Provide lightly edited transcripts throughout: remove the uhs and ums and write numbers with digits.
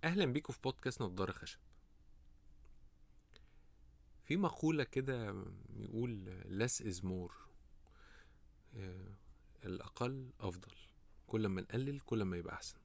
اهلا بيكم في بودكاست نضارة خشب. في مقولة كده يقول less is more. آه، الاقل افضل. كل ما نقلل كل ما يبقى احسن.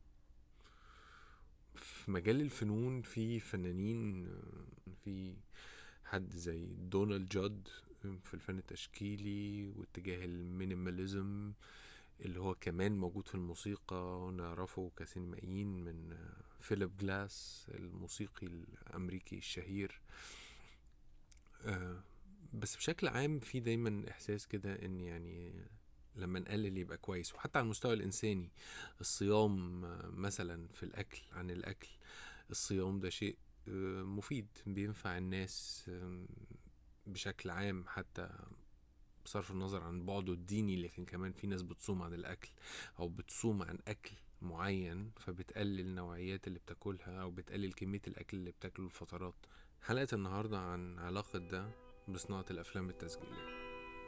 في مجال الفنون في فنانين، في حد زي دونالد جاد في الفن التشكيلي واتجاه المينيماليزم اللي هو كمان موجود في الموسيقى، نعرفه كسينمائيين من فيليب جلاس الموسيقي الأمريكي الشهير. آه، بس بشكل عام في دايما إحساس كده إن يعني لما نقلل يبقى كويس. وحتى على المستوى الإنساني الصيام، مثلا في الأكل، عن الأكل، الصيام ده شيء مفيد بينفع الناس بشكل عام، حتى بصرف النظر عن بعده الديني. لكن كمان في ناس بتصوم عن الأكل أو بتصوم عن أكل معين، فبتقلل نوعيات اللي بتاكلها أو بتقلل كمية الأكل اللي بتاكله الفترات. حلقة النهاردة عن علاقة ده بصناعة الأفلام التسجيلية.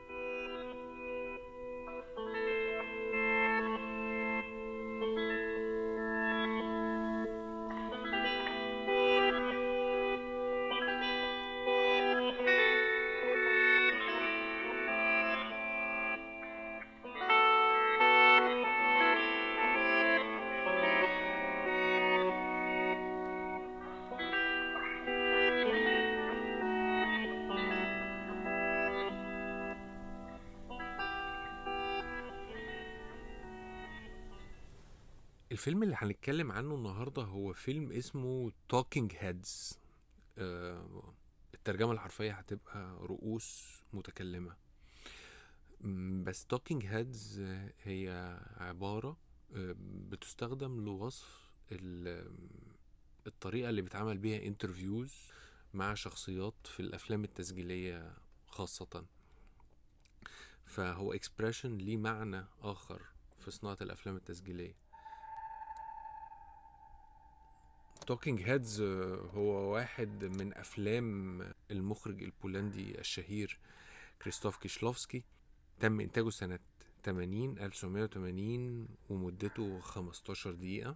الفيلم اللي هنتكلم عنه النهاردة هو فيلم اسمه Talking Heads. الترجمة الحرفية هتبقى رؤوس متكلمة. بس Talking Heads هي عبارة بتستخدم لوصف الطريقة اللي بيتعمل بيها انترفيوز مع شخصيات في الأفلام التسجيلية خاصة. فهو expression ليه معنى آخر في صناعة الأفلام التسجيلية. Talking Heads هو واحد من أفلام المخرج البولندي الشهير كريستوف كيشلوفسكي. تم إنتاجه سنة 1980 ومدته 15 دقيقة.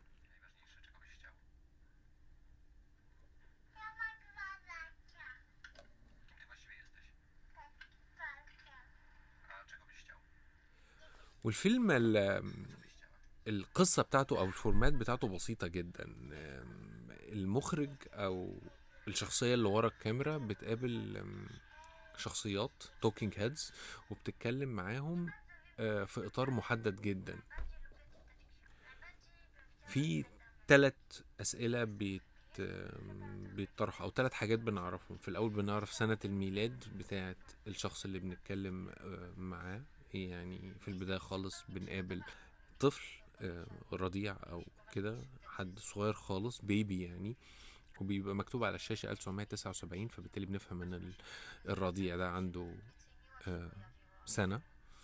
والفيلم القصة بتاعته أو الفورمات بتاعته بسيطة جدا. المخرج أو الشخصية اللي ورا الكاميرا بتقابل شخصيات توكينج هيدز وبتتكلم معاهم في إطار محدد جدا. في 3 أسئلة بيطرح أو 3 حاجات بنعرفهم. في الأول بنعرف سنة الميلاد بتاعة الشخص اللي بنتكلم معاه. يعني في البداية خالص بنقابل طفل رضيع أو كده، حد صغير خالص، بيبي يعني، وبيبقى مكتوب على الشاشة 1979، فبالتالي بنفهم ان الرضيع ده عنده سنة.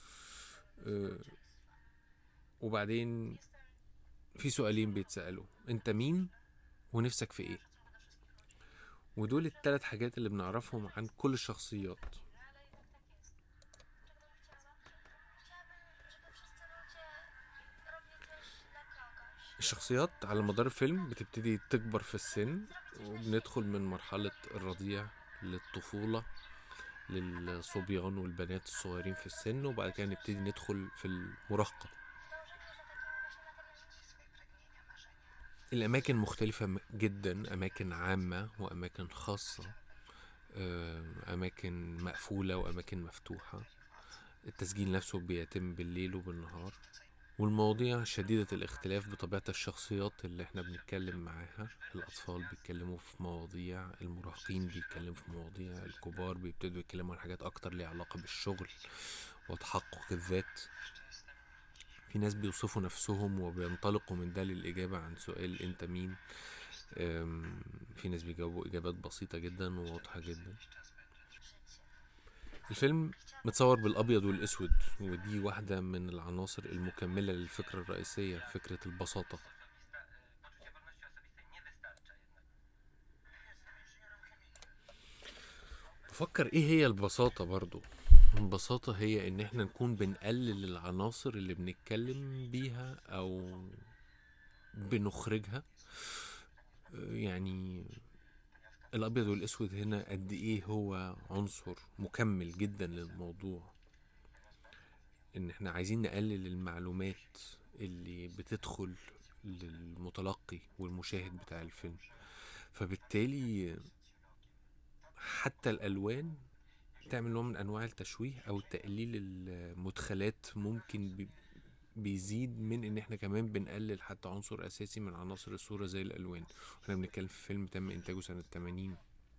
وبعدين في سؤالين بيتسألوا: انت مين ونفسك في ايه؟ ودول ال3 حاجات اللي بنعرفهم عن كل الشخصيات. الشخصيات على مدار الفيلم بتبتدي تكبر في السن، وبندخل من مرحلة الرضيع للطفولة للصبيان والبنات الصغيرين في السن، وبعد كده نبتدي ندخل في المراهقة. الأماكن مختلفة جدا، أماكن عامة وأماكن خاصة، أماكن مقفولة وأماكن مفتوحة. التسجيل نفسه بيتم بالليل وبالنهار، والمواضيع شديدة الاختلاف بطبيعة الشخصيات اللي احنا بنتكلم معاها. الأطفال بيتكلموا في مواضيع، المراهقين بيتكلموا في مواضيع، الكبار بيبتدوا يتكلموا عن حاجات أكتر ليها علاقة بالشغل وتحقق الذات. في ناس بيوصفوا نفسهم وبينطلقوا من ده للإجابة عن سؤال أنت مين. في ناس بيجاوبوا إجابات بسيطة جدا وواضحة جدا. الفيلم متصور بالأبيض والأسود، ودي واحدة من العناصر المكملة للفكرة الرئيسية، فكرة البساطة. بفكر ايه هي البساطة برضو. البساطة هي ان احنا نكون بنقلل العناصر اللي بنتكلم بيها او بنخرجها يعني الابيض والاسود هنا قد ايه هو عنصر مكمل جدا للموضوع، ان احنا عايزين نقلل المعلومات اللي بتدخل للمتلقي والمشاهد بتاع الفيلم. فبالتالي حتى الالوان تعمل نوع من انواع التشويه او تقليل المدخلات، ممكن بيزيد من ان احنا كمان بنقلل حتى عنصر اساسي من عناصر الصورة زي الالوان. احنا بنتكلم في فيلم تم انتاجه سنة 80.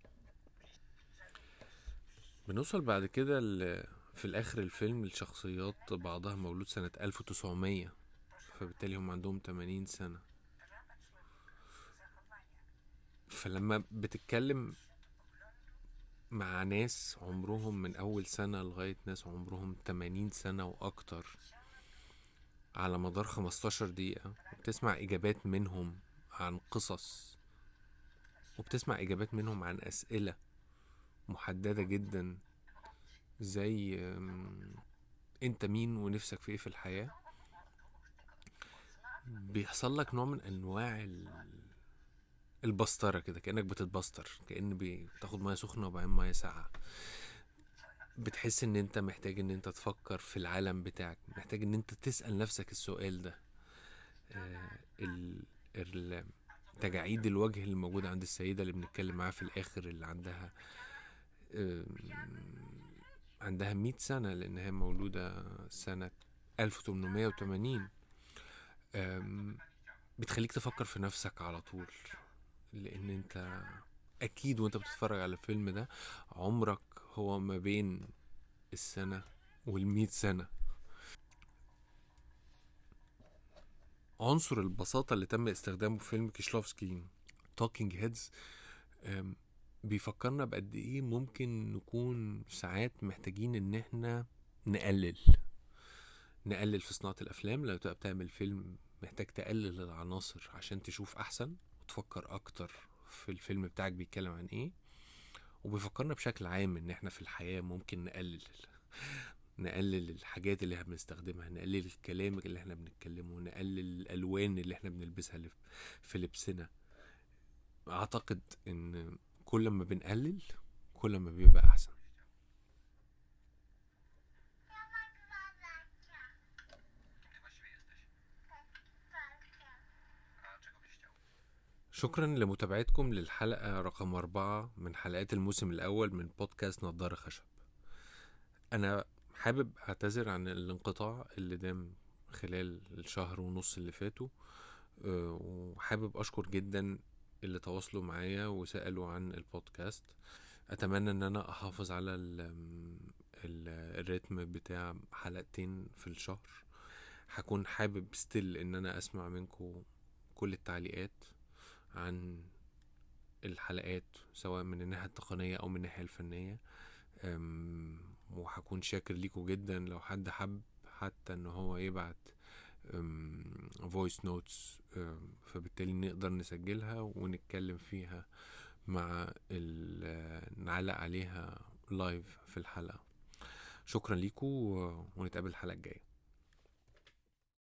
بنوصل بعد كده في الاخر الفيلم الشخصيات بعضها مولود سنة 1900، فبالتالي هم عندهم 80 سنة. فلما بتتكلم مع ناس عمرهم من اول سنة لغاية ناس عمرهم 80 سنة واكتر على مدار 15 دقيقة، وبتسمع اجابات منهم عن قصص، وبتسمع اجابات منهم عن اسئلة محددة جدا، زي انت مين ونفسك في ايه في الحياة، بيحصل لك نوع من انواع البسطرة كده، كأنك بتتبستر، كأن بتاخد مية سخنة وبعدين مية ساقعة. بتحس ان انت محتاج ان انت تفكر في العالم بتاعك، محتاج ان انت تسأل نفسك السؤال ده. تجاعيد الوجه اللي موجودة عند السيدة اللي بنتكلم معاها في الآخر، اللي عندها 100 سنة لأن هي مولودة سنة 1880. بتخليك تفكر في نفسك على طول، لأن انت أكيد وانت بتتفرج على الفيلم ده عمرك هو ما بين السنة والمئة سنة. عنصر البساطة اللي تم استخدامه في فيلم كيشلوفسكي توكينج هيدز بيفكرنا بقد ايه ممكن نكون ساعات محتاجين ان احنا نقلل في صناعة الافلام. لو تبقى بتعمل فيلم محتاج تقلل العناصر عشان تشوف احسن وتفكر اكتر في الفيلم بتاعك بيتكلم عن ايه. وبيفكرنا بشكل عام ان احنا في الحياة ممكن نقلل الحاجات اللي احنا بنستخدمها، نقلل الكلام اللي احنا بنتكلمه، نقلل الالوان اللي احنا بنلبسها في لبسنا. اعتقد ان كل ما بنقلل كل ما بيبقى احسن. شكرا لمتابعتكم للحلقة رقم 4 من حلقات الموسم الأول من بودكاست نضارة خشب. أنا حابب أعتذر عن الانقطاع اللي دام خلال الشهر ونص اللي فاتوا، وحابب أشكر جدا اللي تواصلوا معايا وسألوا عن البودكاست. أتمنى أن أنا أحافظ على الريتم بتاع حلقتين في الشهر. هكون حابب ستيل ان انا اسمع منكم كل التعليقات عن الحلقات، سواء من الناحية التقنية او من الناحية الفنية. وهكون شاكر ليكم جدا لو حد حب حتى ان هو يبعت فويس نوتس، فبالتالي نقدر نسجلها ونتكلم فيها نعلق عليها لايف في الحلقة. شكرا ليكم ونتقابل الحلقة الجاية.